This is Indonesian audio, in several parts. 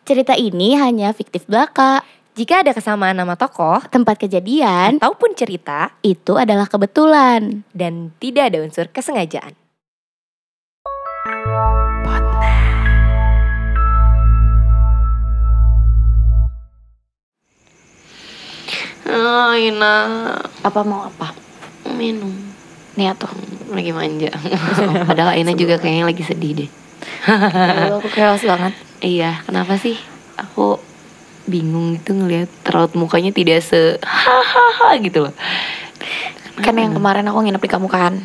Cerita ini hanya fiktif belaka. Jika ada kesamaan nama tokoh, Tempat kejadian ataupun cerita, itu adalah kebetulan. dan tidak ada unsur kesengajaan. Ina, Apa mau apa? minum. Nih tuh. Lagi manja. Padahal Ina juga kayaknya lagi sedih deh. Aku chaos banget. Iya, kenapa sih? Aku bingung gitu ngelihat raut mukanya tidak se hahaha gitu loh. Kan yang kemarin aku nginep di kamu kan.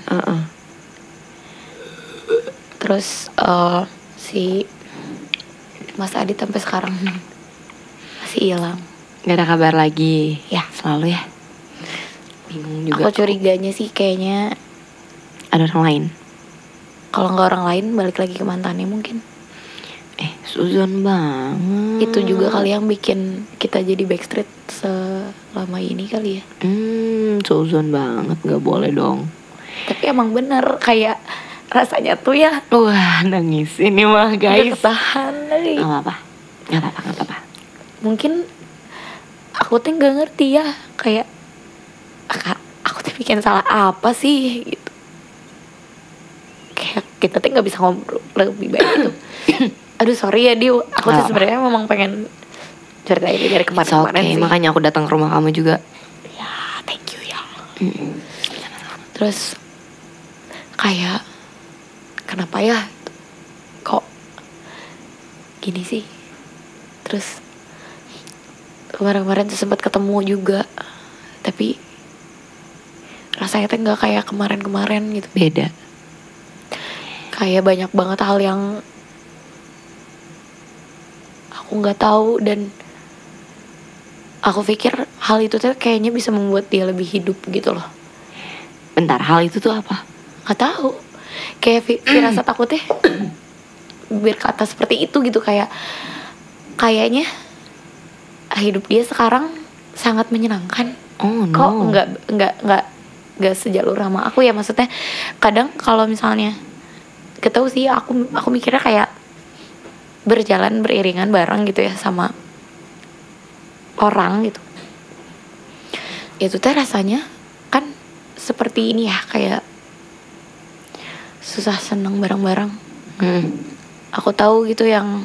Terus si Mas Adit sampai sekarang masih hilang. Gak ada kabar lagi. Ya. Selalu ya. Bingung juga. Aku curiganya sih kayaknya Ada orang lain. kalau nggak orang lain balik lagi ke mantannya mungkin. Suzon banget. Itu juga kali yang bikin kita jadi backstreet selama ini kali ya. Suzon banget, gak boleh dong. Tapi emang bener kayak rasanya tuh ya Wah, nangis ini mah udah guys. ketahan tadi. Gak apa-apa. Mungkin aku tuh nggak ngerti ya, kayak aku tuh bikin salah apa sih gitu. Kayak kita tuh nggak bisa ngobrol lebih baik gitu. Aduh sorry ya Diu, aku tuh sebenarnya memang pengen cerita ini dari kemarin-kemarin sih. Makanya aku datang ke rumah kamu juga. Ya thank you ya. Terus kayak kenapa ya kok gini sih. Terus kemarin-kemarin tuh sempat ketemu juga, tapi rasanya tuh nggak kayak kemarin-kemarin gitu. Beda. Kayak banyak banget hal yang aku nggak tahu, dan aku pikir hal itu tuh kayaknya bisa membuat dia lebih hidup gitu loh. Bentar, hal itu tuh apa? Nggak tahu, kayak firasat aku teh berkata seperti itu gitu, kayaknya hidup dia sekarang sangat menyenangkan. Oh no. Kok nggak sejalur sama aku ya, maksudnya kadang kalau misalnya ketemu sih aku mikirnya kayak berjalan beriringan bareng gitu ya sama orang gitu. Itu teh rasanya kan seperti ini ya, kayak susah seneng bareng-bareng. Aku tahu gitu yang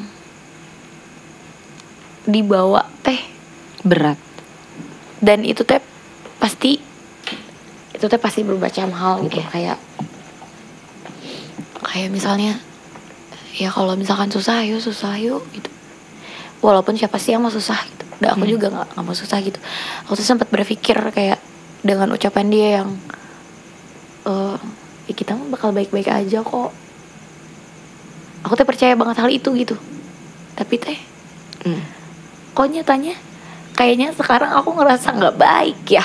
dibawa teh Berat. dan itu teh pasti berbaca hal gitu. Kayak misalnya ya kalau misalkan susah yuk gitu, walaupun siapa sih yang mau susah gitu. Dan aku juga nggak mau susah gitu. Aku tuh sempat berpikir kayak dengan ucapan dia yang ya kita mah bakal baik-baik aja kok. Aku tuh percaya banget hal itu gitu. Tapi teh kok nyatanya kayaknya sekarang aku ngerasa nggak baik ya.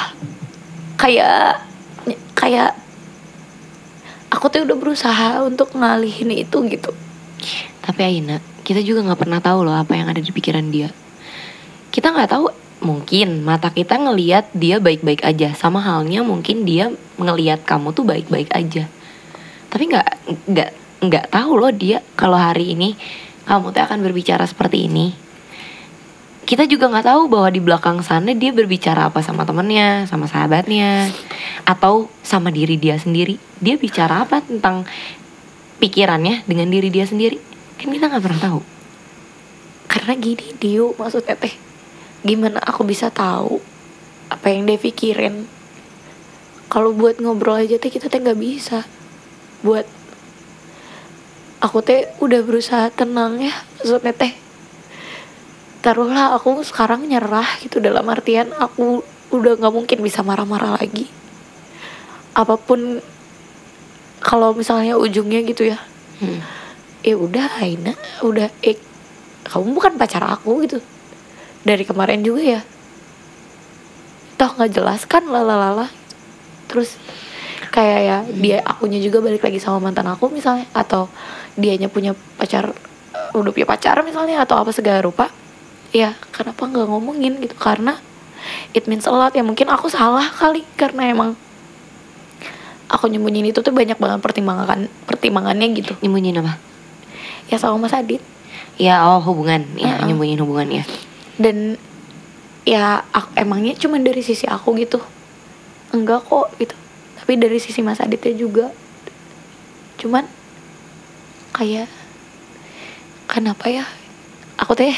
Kayak aku tuh udah berusaha untuk ngalihin itu gitu. Tapi Aina, kita juga gak pernah tahu loh apa yang ada di pikiran dia. Kita gak tahu, mungkin mata kita ngelihat dia baik-baik aja. Sama halnya mungkin dia ngelihat kamu tuh baik-baik aja. Tapi gak tahu loh dia kalau hari ini kamu tuh akan berbicara seperti ini. Kita juga gak tahu bahwa di belakang sana dia berbicara apa sama temennya, sama sahabatnya, atau sama diri dia sendiri. Dia bicara apa tentang pikirannya dengan diri dia sendiri. Kan kita gak pernah tahu. Karena gini Diu, maksudnya teh gimana aku bisa tahu apa yang dia pikirin. Kalau buat ngobrol aja teh kita teh gak bisa. Buat aku teh udah berusaha tenang ya, maksudnya teh taruhlah aku sekarang nyerah gitu, dalam artian aku udah gak mungkin bisa marah-marah lagi. Apapun kalau misalnya ujungnya gitu ya, ya udah Aina, udah kamu bukan pacar aku gitu. Dari kemarin juga ya, toh nggak jelas kan lalala. Terus kayak ya dia akunya juga balik lagi sama mantan aku misalnya, atau dianya punya pacar, udah punya pacar misalnya, atau apa segala rupa. Ya kenapa nggak ngomongin gitu? Karena it means a lot ya. Mungkin aku salah kali, karena emang aku nyembunyiin itu tuh banyak banget pertimbangannya gitu. Nyembunyiin apa? Ya sama Mas Adit. Ya hubungan, ya nyembunyiin hubungan ya. Dan ya emangnya cuma dari sisi aku gitu? Enggak kok gitu. Tapi dari sisi Mas Aditnya juga. Cuman kayak kenapa ya? Aku teh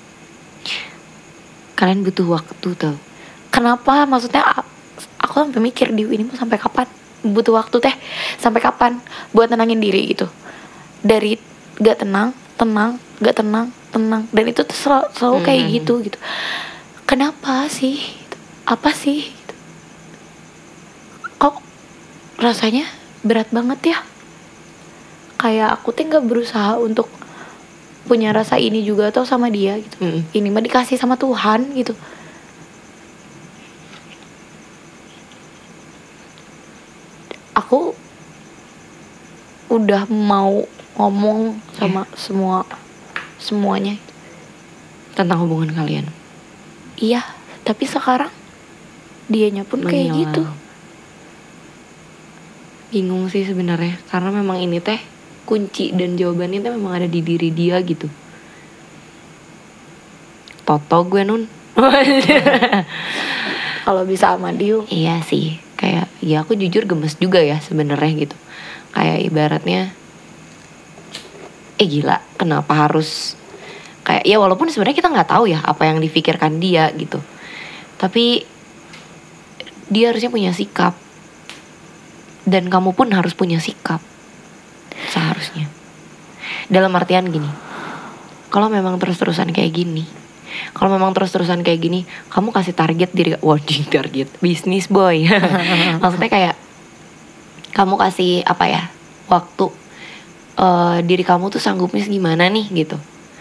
Kalian butuh waktu tau. kenapa? Maksudnya aku sampai mikir di ini mau sampai kapan? Butuh waktu teh sampai kapan buat tenangin diri gitu. Dari gak tenang, gak tenang. Dan itu tuh selalu kayak gitu. Kenapa sih? Apa sih? Kok rasanya berat banget ya? Kayak aku tuh gak berusaha untuk punya rasa ini juga atau sama dia gitu. Ini mah dikasih sama Tuhan gitu. Aku udah mau ngomong sama semuanya Tentang hubungan kalian. iya, tapi sekarang dianya pun kayak gitu. Bingung sih sebenarnya, karena memang ini teh kunci dan jawabannya teh memang ada di diri dia gitu. Toto gue Nun. Kalau bisa sama dia. Iya sih, kayak ya aku jujur gemes juga ya sebenarnya gitu. Kayak ibaratnya gila, kenapa harus kayak ya walaupun sebenarnya kita nggak tahu ya apa yang difikirkan dia gitu. Tapi dia harusnya punya sikap. Dan kamu pun harus punya sikap. Seharusnya. Dalam artian gini, kalau memang terus-terusan kayak gini, kamu kasih target diri, watching target bisnis boy. Maksudnya kayak kamu kasih apa ya, waktu diri kamu tuh sanggupnya gimana nih gitu.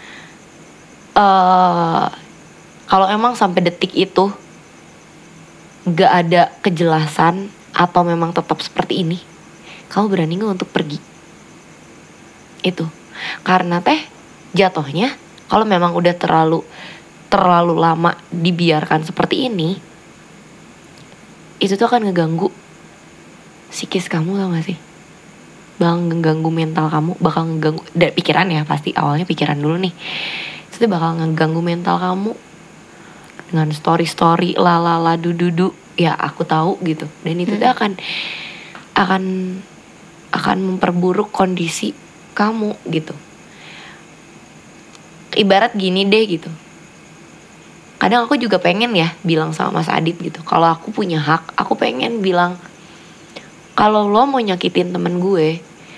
Kalau emang sampai detik itu gak ada kejelasan atau memang tetap seperti ini, kamu berani gak untuk pergi? Itu karena teh jatuhnya kalau memang udah terlalu lama dibiarkan seperti ini, itu tuh akan ngeganggu psikis kamu, tau gak sih? Bakal ngeganggu mental kamu, bakal ngeganggu dari pikiran ya, pasti awalnya pikiran dulu nih. Itu bakal ngeganggu mental kamu dengan story lalala dududu. Ya aku tahu gitu. Dan itu tuh akan memperburuk kondisi kamu gitu. Ibarat gini deh gitu. Kadang aku juga pengen ya bilang sama Mas Adit gitu, kalau aku punya hak, aku pengen bilang, kalau lo mau nyakitin temen gue,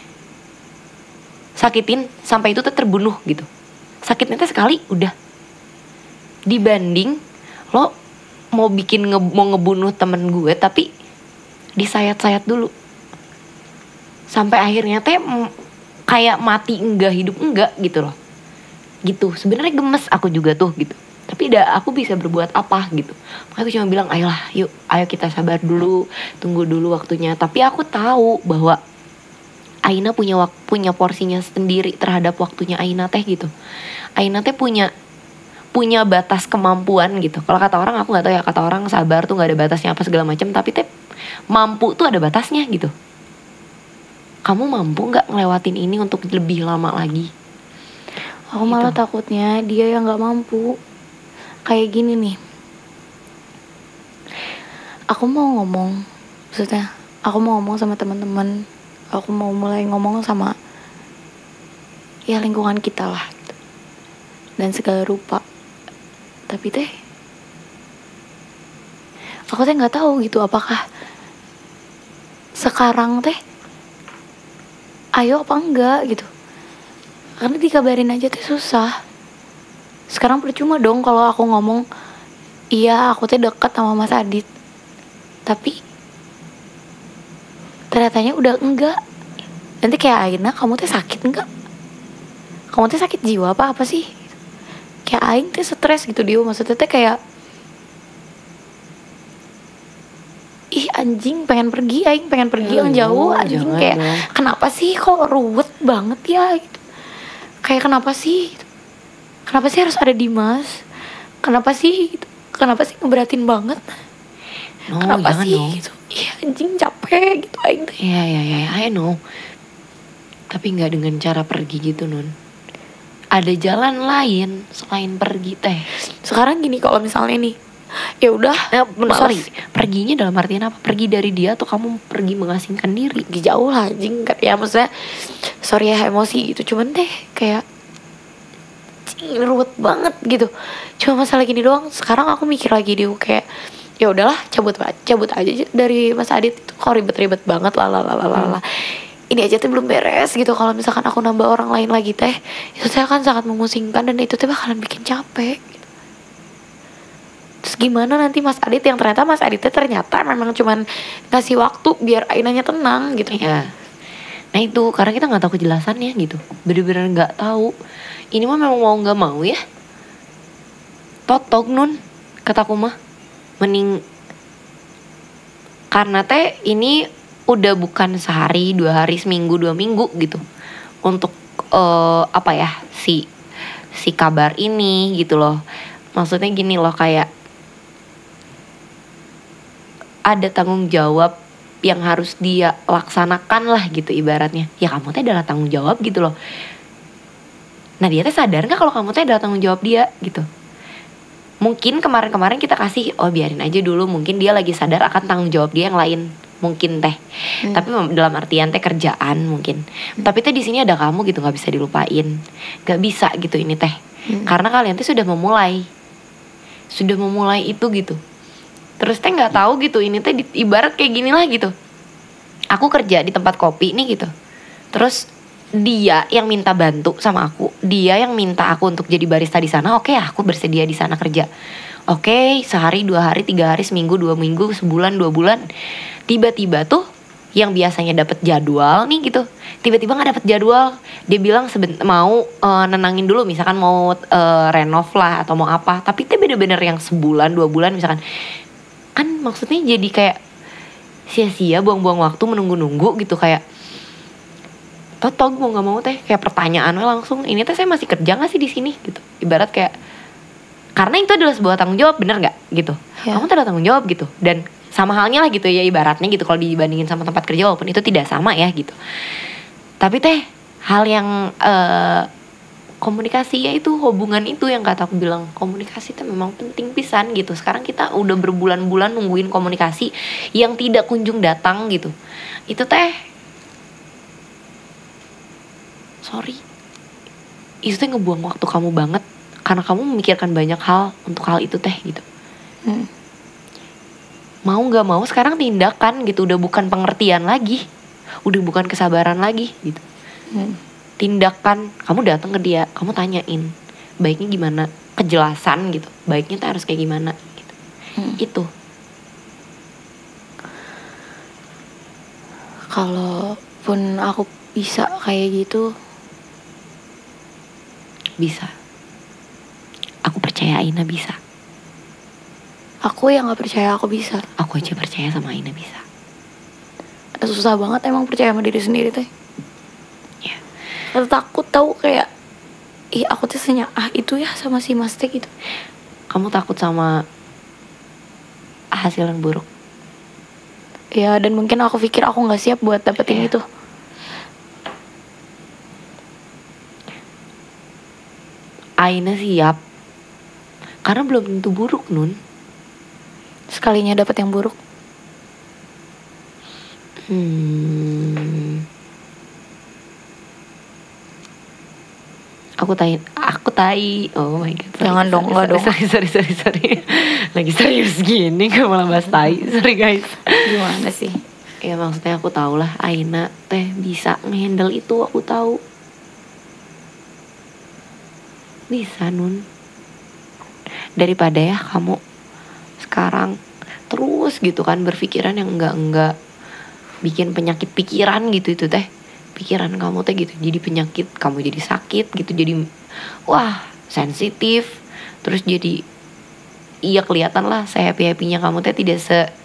sakitin sampai itu tuh terbunuh gitu. Sakitnya tuh sekali udah. Dibanding lo mau mau ngebunuh temen gue tapi disayat-sayat dulu sampai akhirnya teh kayak mati enggak hidup enggak gitu loh. Gitu. Sebenarnya gemes aku juga tuh gitu. Tapi aku bisa berbuat apa gitu. Makanya aku cuma bilang, ayo kita sabar dulu, tunggu dulu waktunya. Tapi aku tahu bahwa Aina punya porsinya sendiri terhadap waktunya Aina teh gitu. Aina teh punya batas kemampuan gitu. Kalau kata orang, aku nggak tahu ya, kata orang sabar tuh nggak ada batasnya apa segala macam, tapi teh mampu tuh ada batasnya gitu. Kamu mampu nggak ngelewatin ini untuk lebih lama lagi? Aku malah takutnya dia yang nggak mampu. Kayak gini nih, aku mau ngomong sama teman-teman, aku mau mulai ngomong sama ya lingkungan kita lah gitu. Dan segala rupa. Tapi teh aku teh nggak tahu gitu, apakah sekarang teh ayo apa enggak gitu. Karena dikabarin aja teh susah. Sekarang percuma dong kalau aku ngomong, iya aku teh deket sama Mas Adit, tapi ternyatanya udah enggak. Nanti kayak Aina, kamu teh sakit enggak? Kamu teh sakit jiwa apa sih? Kayak Aing teh stres gitu dia, maksudnya teh kayak ih anjing pengen pergi yang jauh anjing kayak dong. Kenapa sih kok ruwet banget ya gitu. Kayak kenapa sih harus ada Dimas? Kenapa sih ngeberatin banget? Kenapa sih dong. Gitu. Iya anjing capek gitu Aing teh. Iya I know. Tapi nggak dengan cara pergi gitu Nun. ada jalan lain selain pergi teh. Sekarang gini, kalau misalnya nih, ya udah, Sorry, perginya dalam artian apa? Pergi dari dia atau kamu pergi mengasingkan diri? jauh lah anjing kan ya, maksudnya sorry ya emosi gitu, cuman deh kayak ruwet banget gitu. Cuma masalah gini doang. Sekarang aku mikir lagi dia kayak ya udahlah, cabut aja dari Mas Adit itu, kok ribet-ribet banget lah. Ini aja tuh belum beres gitu. Kalau misalkan aku nambah orang lain lagi teh, itu saya akan sangat memusingkan dan itu teh bakalan bikin capek gitu. Terus gimana nanti Mas Adit yang ternyata Mas Aditnya ternyata memang cuman ngasih waktu biar Ainanya tenang gitu ya. Nah itu karena kita nggak tahu kejelasannya gitu, bener-bener nggak tahu. Ini mah memang mau nggak mau ya. Totok nun kataku mah, mending karena teh ini udah bukan sehari, 2 hari, seminggu, 2 minggu gitu untuk apa ya si kabar ini gitu loh. Maksudnya gini loh, kayak ada tanggung jawab yang harus dia laksanakan lah gitu ibaratnya. Ya kamu teh adalah tanggung jawab gitu loh. Nah dia teh sadar nggak kalau kamu teh adalah tanggung jawab dia gitu. Mungkin kemarin-kemarin kita kasih oh biarin aja dulu, mungkin dia lagi sadar akan tanggung jawab dia yang lain mungkin teh. Tapi dalam artian teh kerjaan mungkin. Tapi teh di sini ada kamu gitu, nggak bisa dilupain, nggak bisa gitu ini teh. Karena kalian teh sudah memulai itu gitu. Terus teh nggak tahu gitu ini teh ibarat kayak gini lah gitu. Aku kerja di tempat kopi nih gitu. Terus dia yang minta bantu sama aku, dia yang minta aku untuk jadi barista di sana. Oke, aku bersedia di sana kerja. Oke, sehari, 2 hari, 3 hari, seminggu, 2 minggu, sebulan, 2 bulan. Tiba-tiba tuh yang biasanya dapat jadwal nih gitu, tiba-tiba nggak dapat jadwal. Dia bilang mau nenangin dulu, misalkan mau renov lah atau mau apa. Tapi itu bener-bener yang sebulan, 2 bulan misalkan. Kan maksudnya jadi kayak sia-sia, buang-buang waktu menunggu-nunggu gitu. Kayak totok mau nggak mau teh kayak pertanyaannya langsung, ini teh saya masih kerja nggak sih di sini gitu. Ibarat kayak karena itu adalah sebuah tanggung jawab, bener nggak gitu. Kamu tuh ada tanggung jawab gitu. Dan sama halnya lah gitu ya ibaratnya gitu kalau dibandingin sama tempat kerja, walaupun itu tidak sama ya gitu. Tapi teh hal yang komunikasi ya itu, hubungan itu yang kata aku bilang, komunikasi itu memang penting pisan gitu. Sekarang kita udah berbulan-bulan nungguin komunikasi yang tidak kunjung datang gitu. Itu teh sorry, itu teh ngebuang waktu kamu banget karena kamu memikirkan banyak hal untuk hal itu teh gitu. Mau nggak mau sekarang tindakan gitu, udah bukan pengertian lagi, udah bukan kesabaran lagi gitu. Tindakan, kamu datang ke dia, kamu tanyain baiknya gimana, kejelasan gitu, baiknya tuh harus kayak gimana gitu. Itu kalaupun aku bisa kayak gitu, bisa, aku percaya Aina bisa. Aku yang nggak percaya aku bisa. Aku aja percaya sama Aina bisa. Susah banget emang percaya sama diri sendiri teh. Ya. Takut tahu kayak aku tuh itu ya sama si Mas teh gitu. Kamu takut sama hasil yang buruk. Ya, dan mungkin aku pikir aku nggak siap buat dapetin itu. Aina siap, karena belum tentu buruk Nun. Sekalinya dapet yang buruk. Aku tai. Oh my god. Jangan dong, enggak dong. Sorry. Lagi serius gini gak malah bahas tai. Sorry guys. Gimana sih? Ya maksudnya aku tahu lah Aina teh bisa ngehandle itu, aku tahu. Bisa Nun. Daripada ya kamu sekarang terus gitu kan berpikiran yang enggak, bikin penyakit pikiran gitu itu teh. Pikiran kamu teh gitu jadi penyakit, kamu jadi sakit gitu, jadi wah sensitif. Terus jadi iya kelihatan lah se-happy-happynya kamu teh tidak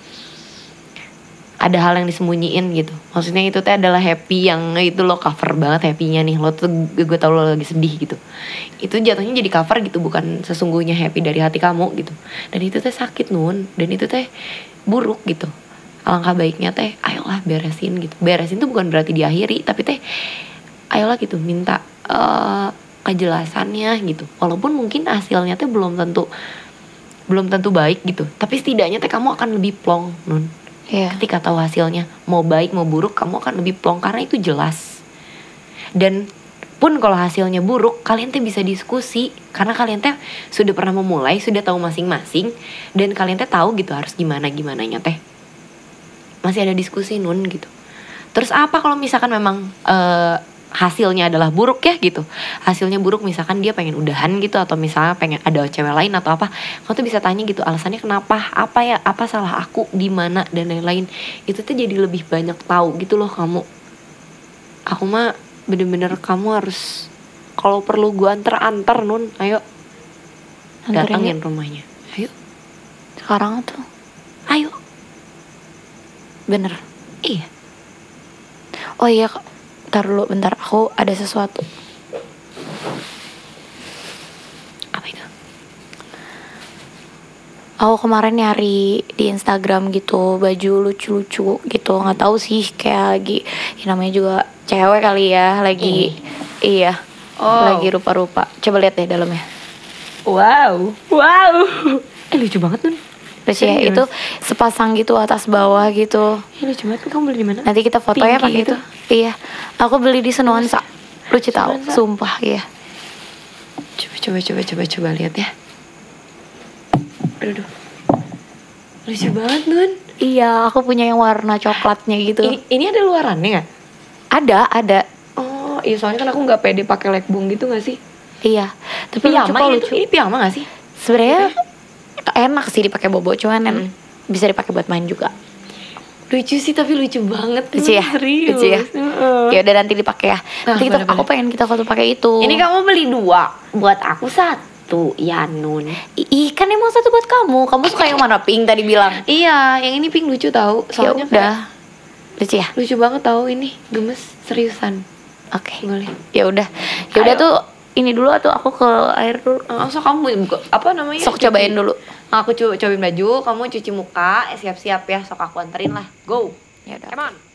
ada hal yang disembunyiin gitu. Maksudnya itu teh adalah happy yang itu lo cover banget happynya nih. Lo tuh gue tau lo lagi sedih gitu. Itu jatuhnya jadi cover gitu, bukan sesungguhnya happy dari hati kamu gitu. Dan itu teh sakit Nun. Dan itu teh buruk gitu. Alangkah baiknya teh ayolah beresin gitu. Beresin tuh bukan berarti diakhiri, tapi teh ayolah gitu minta kejelasannya gitu. Walaupun mungkin hasilnya tuh belum tentu baik gitu, tapi setidaknya teh kamu akan lebih plong, Nun. Iya. Ketika tahu hasilnya, mau baik mau buruk, kamu akan lebih plong karena itu jelas. Dan pun kalau hasilnya buruk, kalian teh bisa diskusi karena kalian teh sudah pernah memulai, sudah tahu masing-masing, dan kalian teh tahu gitu harus gimananya teh. Masih ada diskusi, Nun, gitu. Terus apa kalau misalkan memang hasilnya adalah buruk ya gitu, hasilnya buruk, misalkan dia pengen udahan gitu, atau misalnya pengen ada cewek lain atau apa, kamu tuh bisa tanya gitu alasannya kenapa, apa salah aku di mana dan lain-lain. Itu tuh jadi lebih banyak tahu gitu loh kamu. Aku mah bener-bener kamu harus, kalau perlu gua antar Nun, ayo datangin rumahnya, ayo Sekarang tuh. ayo. Bener. Iya. Oh iya, ntar dulu bentar, aku ada sesuatu. Apa itu? Aku kemarin nyari di Instagram gitu baju lucu-lucu gitu, nggak tahu sih, kayak lagi, ya namanya juga cewek kali ya, lagi iya, lagi rupa-rupa. Coba lihat deh dalamnya. Wow. Lucu banget Nun. Terus ya itu sepasang gitu atas bawah gitu. Lucu banget. Kamu beli di mana? Nanti kita foto ya Pinky pakai gitu? itu. Iya, aku beli di Senuansa. Lucu tahu, Senuansa. sumpah iya. Coba lihat ya. Aduh. Lucu banget Nun. Iya, aku punya yang warna coklatnya gitu. Ini ada luarannya nggak? Ada. Oh iya, soalnya kan aku nggak pede pakai legbung gitu nggak sih? Iya, tapi lucu Piyama kok, ini lucu. tuh, ini piyama nggak sih? Sebenarnya enak sih dipakai bobo, cuman bisa dipakai buat main juga. Lucu sih, tapi lucu banget. Lucu ya? Serius. Lucu ya? Ya udah, nanti dipakai ya. Nanti aku pengen kita foto pakai itu. Ini kamu beli 2, buat aku 1 ya Nun. Ih, kan emang satu buat kamu. Kamu suka yang mana, pink tadi bilang? Iya, yang ini pink lucu tahu. Ya Soalnya udah. Lucu ya? lucu banget tahu ini, gemes seriusan. Oke. Boleh. Ya udah. Ya udah tuh, ini dulu atau aku ke air dulu. So kamu buka apa namanya? Sok cobain dulu. Aku cobain baju, kamu cuci muka, siap-siap ya, sok aku anterin lah. Go. Ya udah. Come on.